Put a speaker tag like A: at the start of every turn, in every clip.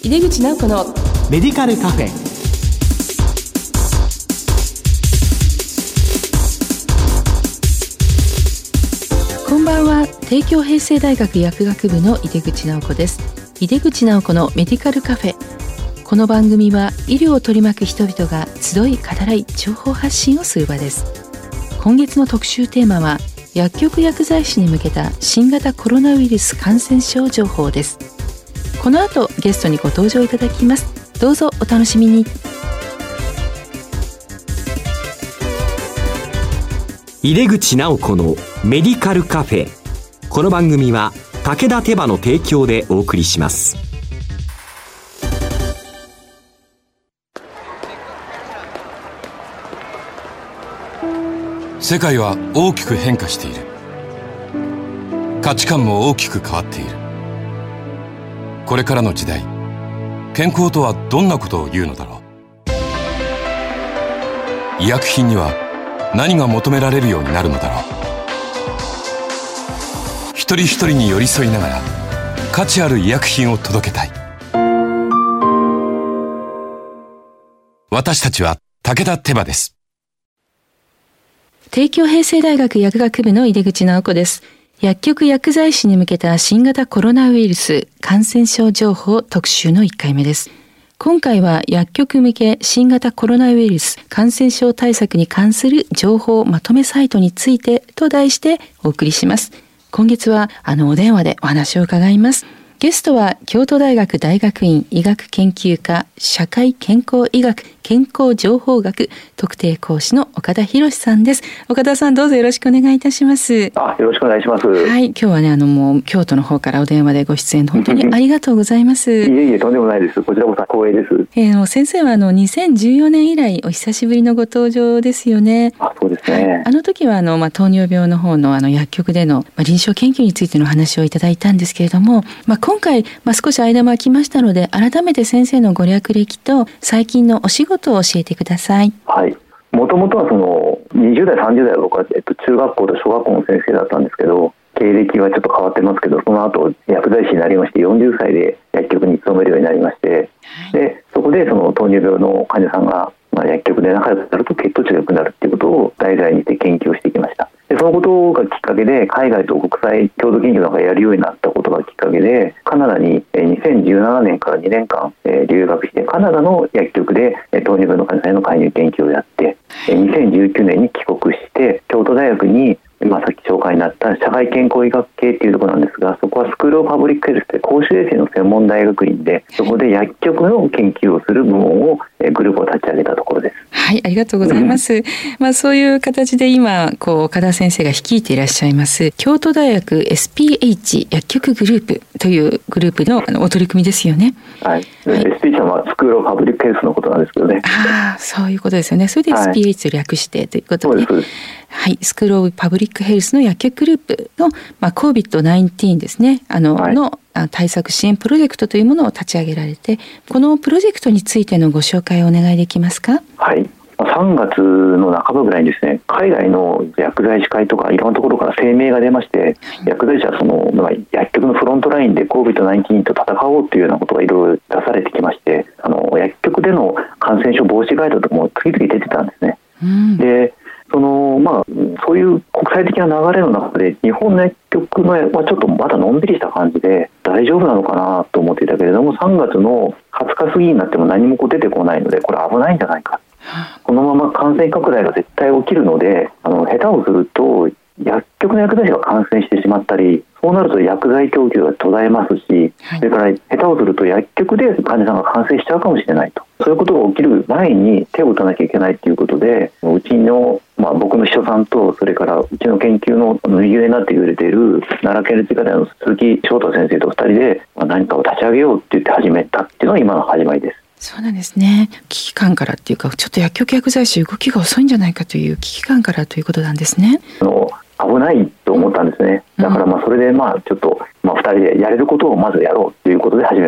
A: 井出口直子の
B: メディカルカフェ。
A: こんばんは。帝京平成大学薬学部の井出口直子です。井出口直子のメディカルカフェ。この番組は医療を取り巻く人々が集い語らい情報発信をする場です。今月の特集テーマは薬局薬剤師に向けた新型コロナウイルス感染症情報です。この後ゲストにご登場いただきます。どうぞお楽しみに。
C: 井出口直子のメディカルカフェ。この番組は武田手羽の提供でお送りします。
D: 世界は大きく変化している。価値観も大きく変わっている。これからの時代、健康とはどんなことを言うのだろう。医薬品には何が求められるようになるのだろう。一人一人に寄り添いながら価値ある医薬品を届けたい。私たちは武田手羽です。
A: 帝京平成大学薬学部の井出口直子です。薬局薬剤師に向けた新型コロナウイルス感染症情報特集の1回目です。今回は薬局向け新型コロナウイルス感染症対策に関する情報まとめサイトについてと題してお送りします。今月はお電話でお話を伺います。ゲストは京都大学大学院医学研究科社会健康医学健康情報学特定講師の岡田博さんです。岡田さん、どうぞよろしくお願いいたします。
E: よろしくお願いします。
A: はい、今日はねもう京都の方からお電話でご出演本当にありがとうございます。
E: いえいえ、とんでもないです。こちらこそ光栄です。
A: 先生は2014年以来お久しぶりのご登場ですよね。
E: そうですね。
A: あの時は糖尿病の方の薬局での臨床研究についての話をいただいたんですけれども、今回少し間も空きましたので改めて先生のご略歴と最近のお仕事を教えてください。
E: はい。もともとは20代30代は僕は、中学校と小学校の先生だったんですけど、経歴はちょっと変わってますけど、その後薬剤師になりまして40歳で薬局に勤めるようになりまして、でそこで糖尿病の患者さんが、薬局で仲良くなると血糖値が良くなるっていうことを題材にして研究をしてきました。でそのことがきっかけで海外と国際共同研究なんかやるようになったことがきっかけで、カナダに2017年から2年間留学してカナダの薬局で糖尿病の患者さんへの介入研究をやって、2019年に帰国して京都大学にさっき紹介になった社会健康医学系っていうところなんですが、そこはスクールオブパブリックヘルスで公衆衛生の専門大学院で、そこで薬局の研究をする部門をグループを立ち上げたところです。
A: はい、ありがとうございます。そういう形で今岡田先生が率いていらっしゃいます京都大学 SPH 薬局グループというグループのお取り組みですよね。
E: はい。SPH はスクールオブパブリックヘルスのことなんですけどね。
A: そういうことですよね。それで SPH と略してということで、
E: そうです。
A: はい、スクールオブパブリックヘルスの薬局グループの、COVID-19 ですね、の対策支援プロジェクトというものを立ち上げられて、このプロジェクトについてのご紹介をお願いできますか。
E: はい。3月の半ばぐらいにですね、海外の薬剤師会とかいろんなところから声明が出まして、薬剤師は薬局のフロントラインで COVID-19 と戦おうというようなことがいろいろ出されてきまして、薬局での感染症防止ガイドとかも次々出てたんですね。でそういう国際的な流れの中で日本の薬局のちょっとまだのんびりした感じで大丈夫なのかなと思っていたけれども、3月の20日過ぎになっても何も出てこないので、これ危ないんじゃないか、このまま感染拡大が絶対起きるので、下手をすると薬局の薬剤師が感染してしまったり、そうなると薬剤供給が途絶えますし、それから下手をすると薬局で患者さんが感染しちゃうかもしれないと、そういうことが起きる前に手を打たなきゃいけないということで、うちの、僕の秘書さんと、それからうちの研究の右上になってくれている奈良県立医科大の鈴木翔太先生と2人で何かを立ち上げようって言って始めたっていうのが今の始まりです。
A: そうなんですね。危機感からっていうか、ちょっと薬局薬剤師動きが遅いんじゃないかという危機感からということなんですね。
E: 危ないと思ったんですね。だからそれでちょっと2人でやれることをまずやろうということで始めました。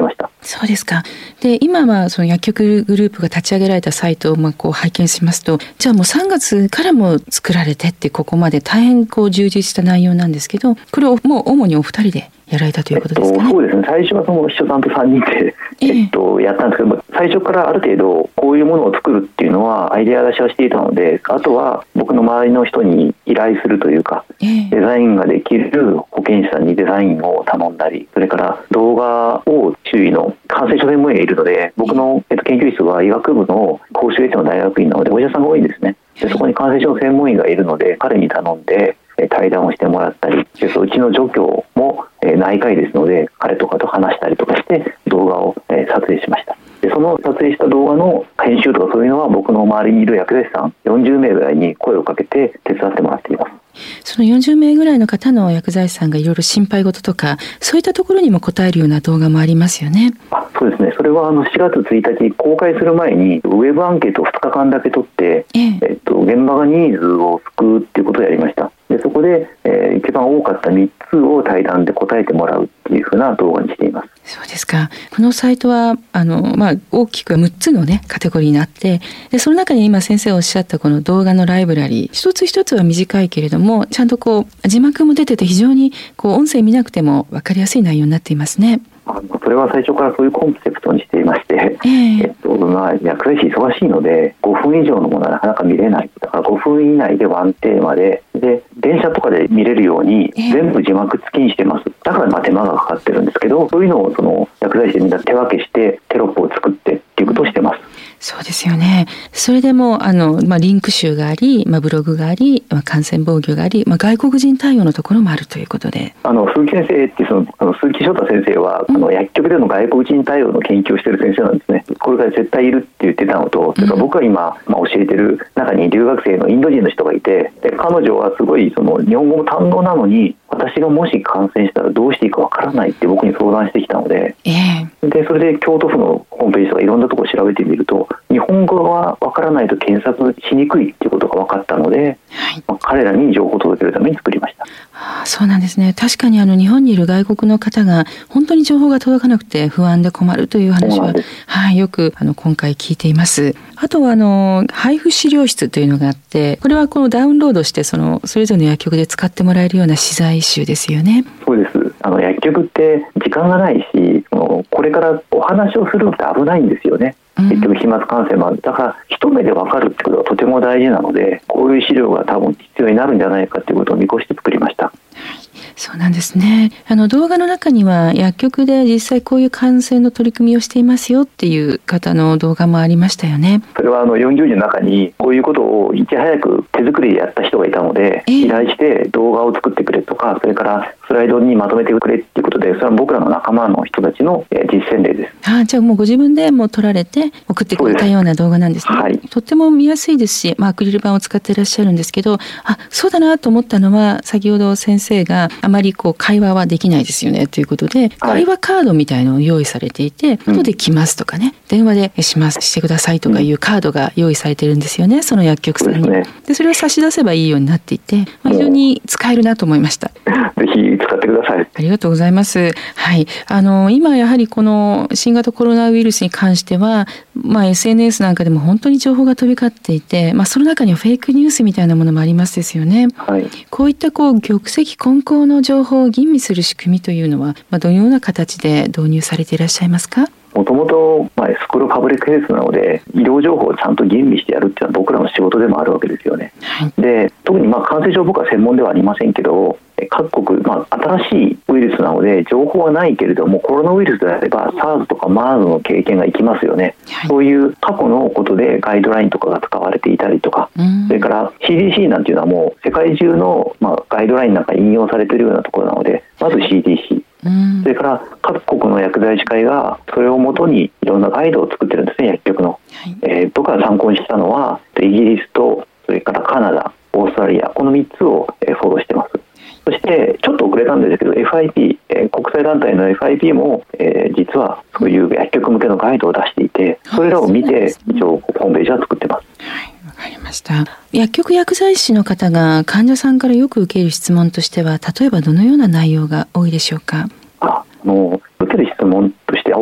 A: そうですか。で、今はその薬局グループが立ち上げられたサイトをこう拝見しますと、じゃあもう3月からも作られてってここまで大変こう充実した内容なんですけど、これをもう主にお二人でやられたということですかね。
E: そうですね。最初はその秘書さんと3人で、やったんですけど、最初からある程度こういうものを作るっていうのはアイデア出しはしていたので、あとは僕の周りの人に依頼するというか、デザインができる保健師さんにデザインを頼んだり、それから動画を周囲の感染症専門医がいるので、僕の研究室は医学部の公衆衛生の大学院なのでお医者さんが多いんですね。でそこに感染症専門医がいるので、彼に頼んで対談をしてもらったり、うちの助教も内科医ですので彼とかと話したりとかして動画を撮影しました。でその撮影した動画の編集とかそういうのは僕の周りにいる薬剤師さん40名ぐらいに声をかけて手伝ってもらっています。
A: その40名ぐらいの方の薬剤師さんがいろいろ心配事とかそういったところにも答えるような動画もありますよね。
E: そうですね。それは4月1日公開する前にウェブアンケートを2日間だけ取って、現場がニーズを救うっていうことをやりました。でそこで、一番多かった3つを対談で答えてもらうっていうふうな動画にしています。
A: そうですか。このサイトは大きく6つのねカテゴリーになって、でその中に今先生おっしゃったこの動画のライブラリー、一つ一つは短いけれどもちゃんとこう字幕も出てて非常にこう音声見なくても分かりやすい内容になっていますね。
E: それは最初からそういうコンセプトにしていまして、薬剤師忙しいので5分以上のものはなかなか見れない。だから5分以内でワンテーマで電車とかで見れるように全部字幕付きにしてます。だから手間がかかってるんですけど、そういうのをその薬剤師でみんな手分けしてテロップを作ってっていうことをしてます。
A: そうですよね。それでもリンク集があり、ブログがあり、感染防御があり、外国人対応のところもあるということで、
E: 鈴木先生って鈴木翔太先生は薬局での外国人対応の研究をしている先生なんですね。これから絶対いるって言ってたのと、それから僕が今、教えてる中に留学生のインド人の人がいて、で彼女はすごい日本語も堪能なのに、私がもし感染したらどうしていいかわからないって僕に相談してきたので、でそれで京都府のホームページとかいろんなところを調べてみると、日本語がわからないと検索しにくいっていうことが分かったので、彼らに情報を届けるために作りました。
A: そうなんですね。確かに日本にいる外国の方が本当に情報が届かなくて不安で困るという話は、よく今回聞いています。あとは配布資料室というのがあって、これはこのダウンロードしてそれぞれの薬局で使ってもらえるような資材集ですよね。
E: そうです。薬局って時間がないし、これからお話をするのって危ないんですよね。結局飛沫感染もある。だから一目で分かるってことがとても大事なので、こういう資料が多分必要になるんじゃないかということを見越して作りました。
A: そうなんですね。動画の中には薬局で実際こういう感染の取り組みをしていますよっていう方の動画もありましたよね。
E: それは40人の中にこういうことをいち早く手作りでやった人がいたので、依頼して動画を作ってくれとか、それからスライドにまとめてくれっていうことで、それは僕らの仲間の人たちの実践例です。
A: じゃあもうご自分でも撮られて送ってくれたような動画なんですね。とっても見やすいですし、アクリル板を使っていらっしゃるんですけど、そうだなと思ったのは、先ほど先生があまり会話はできないですよねということで、会話カードみたいのを用意されていて、後で来ますとかね、電話でしてくださいとかいうカードが用意されてるんですよね、その薬局さんに。でそれを差し出せばいいようになっていて、非常に使えるなと思いました。
E: ぜひ使ってください。
A: ありがとうございます。今やはりこの新型コロナウイルスに関しては、SNS なんかでも本当に情報が飛び交っていて、その中にはフェイクニュースみたいなものもありますですよね。こういった玉石混交の情報を吟味する仕組みというのは、どのような形で導入されていらっしゃいますか？
E: もともとスクールパブリックヘルスなので、医療情報をちゃんと吟味してやるっていうのは僕らの仕事でもあるわけですよね。で特に感染症僕は専門ではありませんけど、各国、新しいウイルスなので情報はないけれども、コロナウイルスであれば SARS とか MERS の経験が生きますよね。そういう過去のことでガイドラインとかが使われていたりとか、それから CDC なんていうのはもう世界中のガイドラインなんか引用されているようなところなので、まず CDC、それから各国の薬剤師会がそれをもとにいろんなガイドを作ってるんですね、薬局の。僕が参考にしたのはイギリスと、それからカナダ、オーストラリア、この3つをフォローしてます。そしてちょっと遅れたんですけど FIP、国際団体の FIP も、実はそういう薬局向けのガイドを出していて、それらを見て一応ホームページは作ってます。
A: わかりました。薬局薬剤師の方が患者さんからよく受ける質問としては、例えばどのような内容が多いでしょうか？
E: 受ける質問として多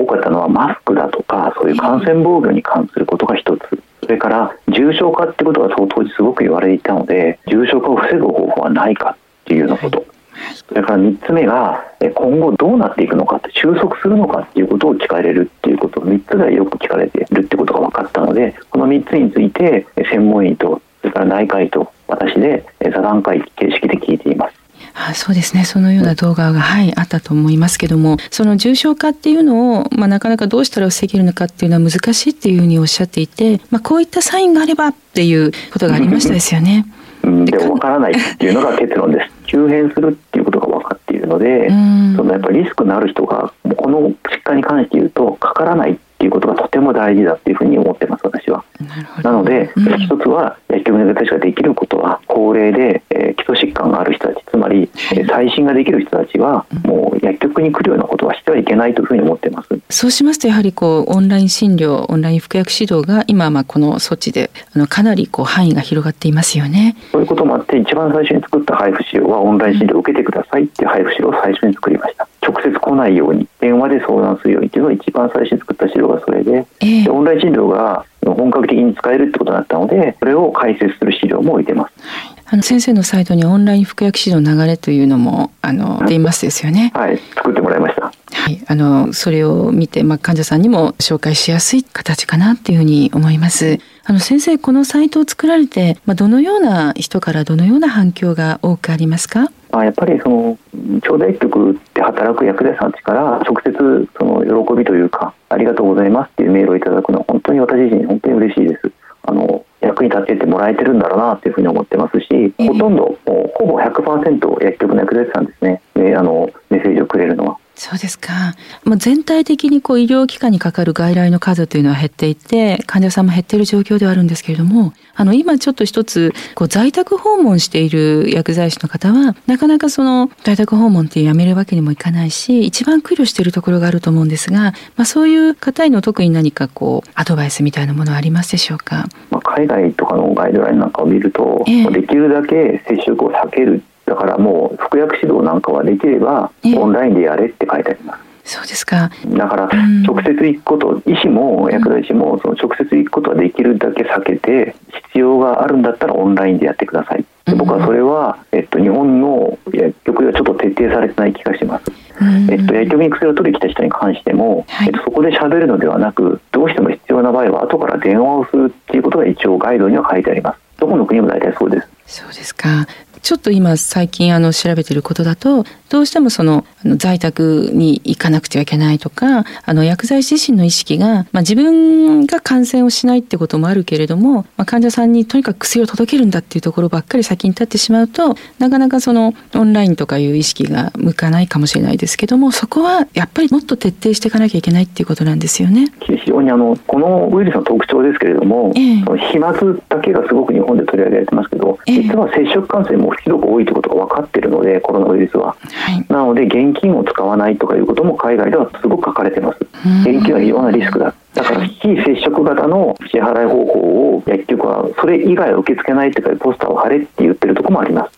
E: 多かったのはマスクだとか、そういう感染防御に関することが一つ、それから重症化ってことが当時すごく言われていたので、重症化を防ぐ方法はないかっていうようなこと、それから3つ目が今後どうなっていくのかって、収束するのかっていうことを聞かれるっていうこと、3つがよく聞かれているってことが分かったので、この3つについて専門医とそれから内科医と私で座談会形式で聞いています。
A: そうですね。そのような動画が、あったと思いますけども、その重症化っていうのを、なかなかどうしたら防げるのかっていうのは難しいっていうふうにおっしゃっていて、こういったサインがあればっていうことがありましたですよね。
E: でも分からないっていうのが結論です。急変するっていうことが分かっているので、そのやっぱりリスクのある人がこの疾患に関して言うとかからないっていうことがとても大事だっていうふうに思ってます、私は。なので、一つは薬局の私ができることは、高齢で、基礎疾患がある人たち、つまり、再診ができる人たちはもう薬局に来るようなことはしてはいけないというふうに思っています。
A: そうしますと、やはりオンライン診療、オンライン服薬指導が今この措置でかなり範囲が広がっていますよね。
E: そういうこともあって、一番最初に作った配布資料はオンライン診療を受けてくださいっていう配布資料を最初に作りました。直接来ないように、電話で相談するようにっていうのを一番最初に作った資料がそれで、オンライン診療が本格的に使えるってことになったので、それを解説する資料も置いてます。
A: 先生のサイトにオンライン服薬指導の流れというのも出ますですよね。
E: はい、作ってもらいました。
A: それを見て、患者さんにも紹介しやすい形かなっていうふうに思います。先生、このサイトを作られて、どのような人からどのような反響が多くありますか？
E: やっぱり長大薬局で働く薬剤師さんたちから直接その喜びというか、ありがとうございますっていうメールをいただくのは本当に私自身本当に嬉しいです。役に立ってってもらえてるんだろうなっていうふうに思ってますし、ほとんどほぼ 100% 薬局の薬剤師さんですね、メッセージをくれるのは。
A: そうですか。全体的に医療機関にかかる外来の数というのは減っていて、患者さんも減っている状況ではあるんですけれども、今ちょっと一つ在宅訪問している薬剤師の方は、なかなかその在宅訪問ってやめるわけにもいかないし、一番苦慮しているところがあると思うんですが、そういう方への特に何かアドバイスみたいなものはありますでしょうか？
E: 海外とかのガイドラインなんかを見ると、できるだけ接触を避ける。だからもう服薬指導なんかはできればオンラインでやれって書いてあります。
A: そうですか。
E: だから直接行くこと、医師も薬剤師もその直接行くことはできるだけ避けて、必要があるんだったらオンラインでやってください。僕はそれは、日本の薬局ではちょっと徹底されてない気がします。薬局に薬を取りに来た人に関しても、そこで喋るのではなく、どうしても必要な場合は後から電話をするっていうことが一応ガイドには書いてあります。どこの国も大体そうです。
A: そうですか。ちょっと今最近調べていることだと、どうしても在宅に行かなくてはいけないとか、薬剤師自身の意識が、自分が感染をしないってこともあるけれども、患者さんにとにかく薬を届けるんだっていうところばっかり先に立ってしまうと、なかなかオンラインとかいう意識が向かないかもしれないですけども、そこはやっぱりもっと徹底していかなきゃいけないっていうことなんですよね。
E: 非常にこのウイルスの特徴ですけれども、飛沫だけがすごく日本で取り上げられてますけど、実は接触感染もひどく多いということが分かっているので、コロナウイルスは、なので現金を使わないとかいうことも海外ではすごく書かれています。現金は非常なリスクだ。だから非接触型の支払い方法を薬局はそれ以外は受け付けないというか、ポスターを貼れって言ってるところもあります。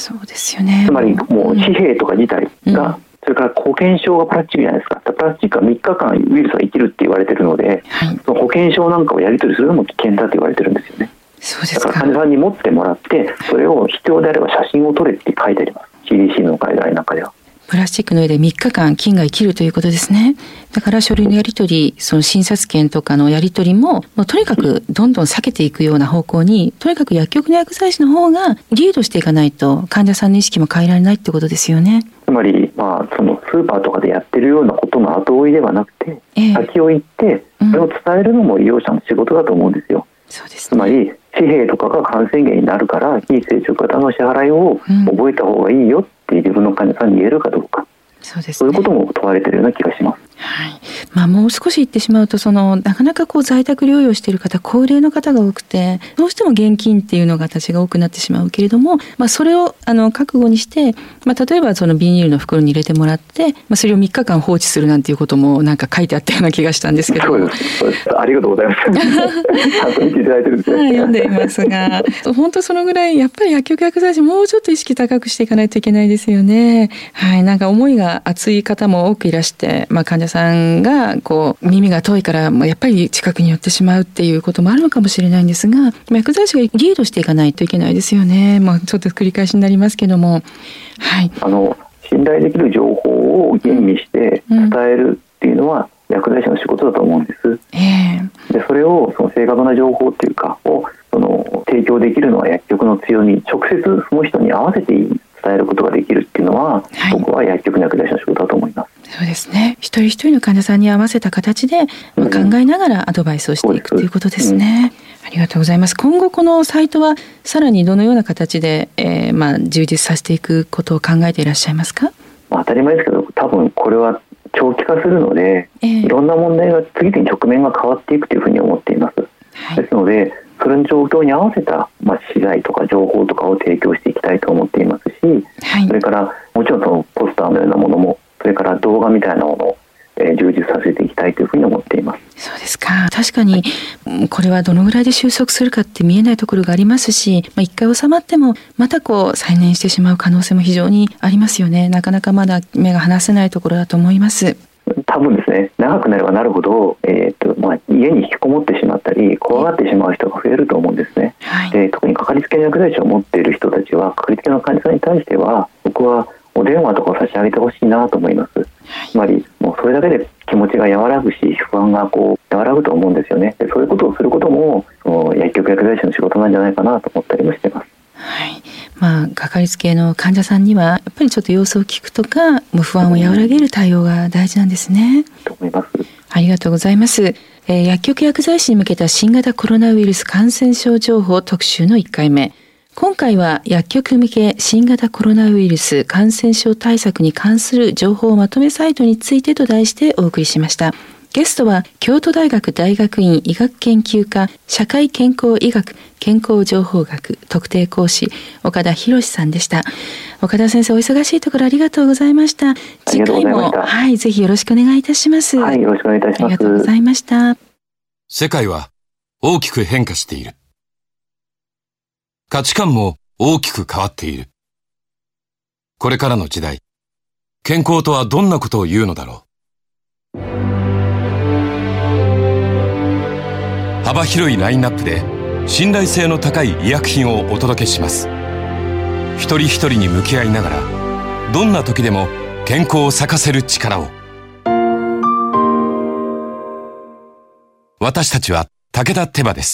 A: そうですよね。
E: つまりもう紙幣とか自体が、それから保険証がプラスチックじゃないですか。プラスチックは3日間ウイルスが生きるって言われているので、その保険証なんかをやり取りするのも危険だと言われてるんですよね。
A: そうですか。
E: だから患者さんに持ってもらって、それを必要であれば写真を撮れって書いてあります。CDC のガイドラインの中では。
A: プラスチックの上で3日間菌が生きるということですね。だから書類のやり取り、診察券とかのやり取りも、とにかくどんどん避けていくような方向に、とにかく薬局の薬剤師の方がリードしていかないと、患者さんの意識も変えられないってことですよね。
E: つまり、そのスーパーとかでやってるようなことの後追いではなくて、先を行ってそれを伝えるのも医療者の仕事だと思うんですよ。
A: そうですね。
E: つまり紙幣とかが感染源になるから、非接触型の支払いを覚えた方がいいよって自分の患者さんに言えるかどうか、
A: そうですね、
E: そういうことも問われているような気がします。
A: もう少し言ってしまうと、なかなか在宅療養している方、高齢の方が多くて、どうしても現金っていうのが形が多くなってしまうけれども、それを覚悟にして、例えばビニールの袋に入れてもらって、それを3日間放置するなんていうこともなんか書いてあったような気がしたんですけど。
E: そうです。ありがとうございます。ちゃんと見ていただいてるんですね。
A: 読んでいますが、本当そのぐらいやっぱり薬局薬剤師もうちょっと意識高くしていかないといけないですよね。なんか思いが熱い方も多くいらして、患者さんが耳が遠いからやっぱり近くに寄ってしまうっていうこともあるのかもしれないんですが、薬剤師がリードしていかないといけないですよね。ちょっと繰り返しになりますけども、はい、
E: 信頼できる情報を吟味して伝えるっていうのは、薬剤師の仕事だと思うんです。でそれを正確な情報っていうかを提供できるのは薬局の強み、直接その人に合わせて伝えることができるっていうのは、僕は薬局の薬剤師の仕事だと思います。
A: そうですね。一人一人の患者さんに合わせた形で、考えながらアドバイスをしていくということですね。ありがとうございます。今後このサイトはさらにどのような形で、充実させていくことを考えていらっしゃいますか？
E: 当たり前ですけど、多分これは長期化するので、いろんな問題が次々に直面が変わっていくというふうに思っています。ですのでそれの状況に合わせた、資材とか情報とかを提供していきたいと思っていますし、それからもちろんそのポスターのようなものも、それから動画みたいなものを充実させていきたいというふうに思っています。
A: そうですか。確かにこれはどのぐらいで収束するかって見えないところがありますし、一回収まってもまた再燃してしまう可能性も非常にありますよね。なかなかまだ目が離せないところだと思います。
E: 多分ですね、長くなればなるほど、家に引きこもってしまったり怖がってしまう人が増えると思うんですね。で特にかかりつけの薬剤師を持っている人たちは、かかりつけの患者さんに対しては僕はお電話とかを差し上げてほしいなと思います。つまりもうそれだけで気持ちが和らぐし、不安が和らぐと思うんですよね。でそういうことをすることも薬局薬剤師の仕事なんじゃないかなと思ったりもしています。
A: かかりつけの患者さんにはやっぱりちょっと様子を聞くとか、もう不安を和らげる対応が大事なんですね。
E: と思います。
A: ありがとうございます。薬局薬剤師に向けた新型コロナウイルス感染症情報特集の1回目。今回は薬局向け新型コロナウイルス感染症対策に関する情報まとめサイトについてと題してお送りしました。ゲストは京都大学大学院医学研究科社会健康医学健康情報学特定講師岡田博さんでした。岡田先生、お忙しいところありがとうございました。次回もぜひよろしくお願いいたします。
E: よろしくお願いいたします。
A: ありがとうございました。
D: 世界は大きく変化している。価値観も大きく変わっている。これからの時代、健康とはどんなことを言うのだろう。幅広いラインナップで信頼性の高い医薬品をお届けします。一人一人に向き合いながら、どんな時でも健康を咲かせる力を。私たちは武田手羽です。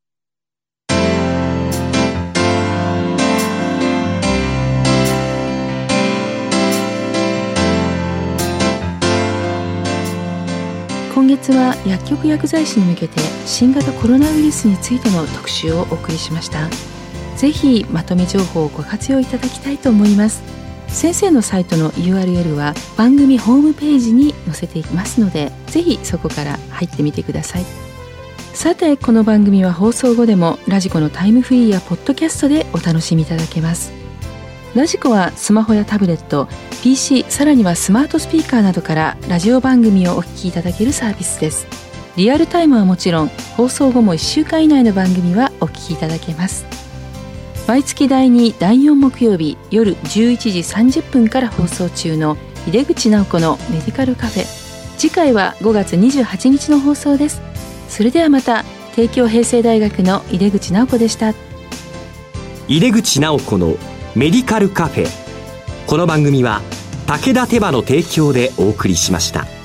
A: 今月は薬局薬剤師に向けて新型コロナウイルスについての特集をお送りしました。ぜひまとめ情報をご活用いただきたいと思います。先生のサイトの URL は番組ホームページに載せていますので、ぜひそこから入ってみてください。さて、この番組は放送後でもラジコのタイムフリーやポッドキャストでお楽しみいただけます。ラジコはスマホやタブレット、PC、さらにはスマートスピーカーなどからラジオ番組をお聞きいただけるサービスです。リアルタイムはもちろん、放送後も1週間以内の番組はお聞きいただけます。毎月第2、第4木曜日夜11時30分から放送中の井出口直子のメディカルカフェ。次回は5月28日の放送です。それではまた。帝京平成大学の井出口直子でした。
C: 井出口直子のメディカルカフェ。この番組は武田手羽の提供でお送りしました。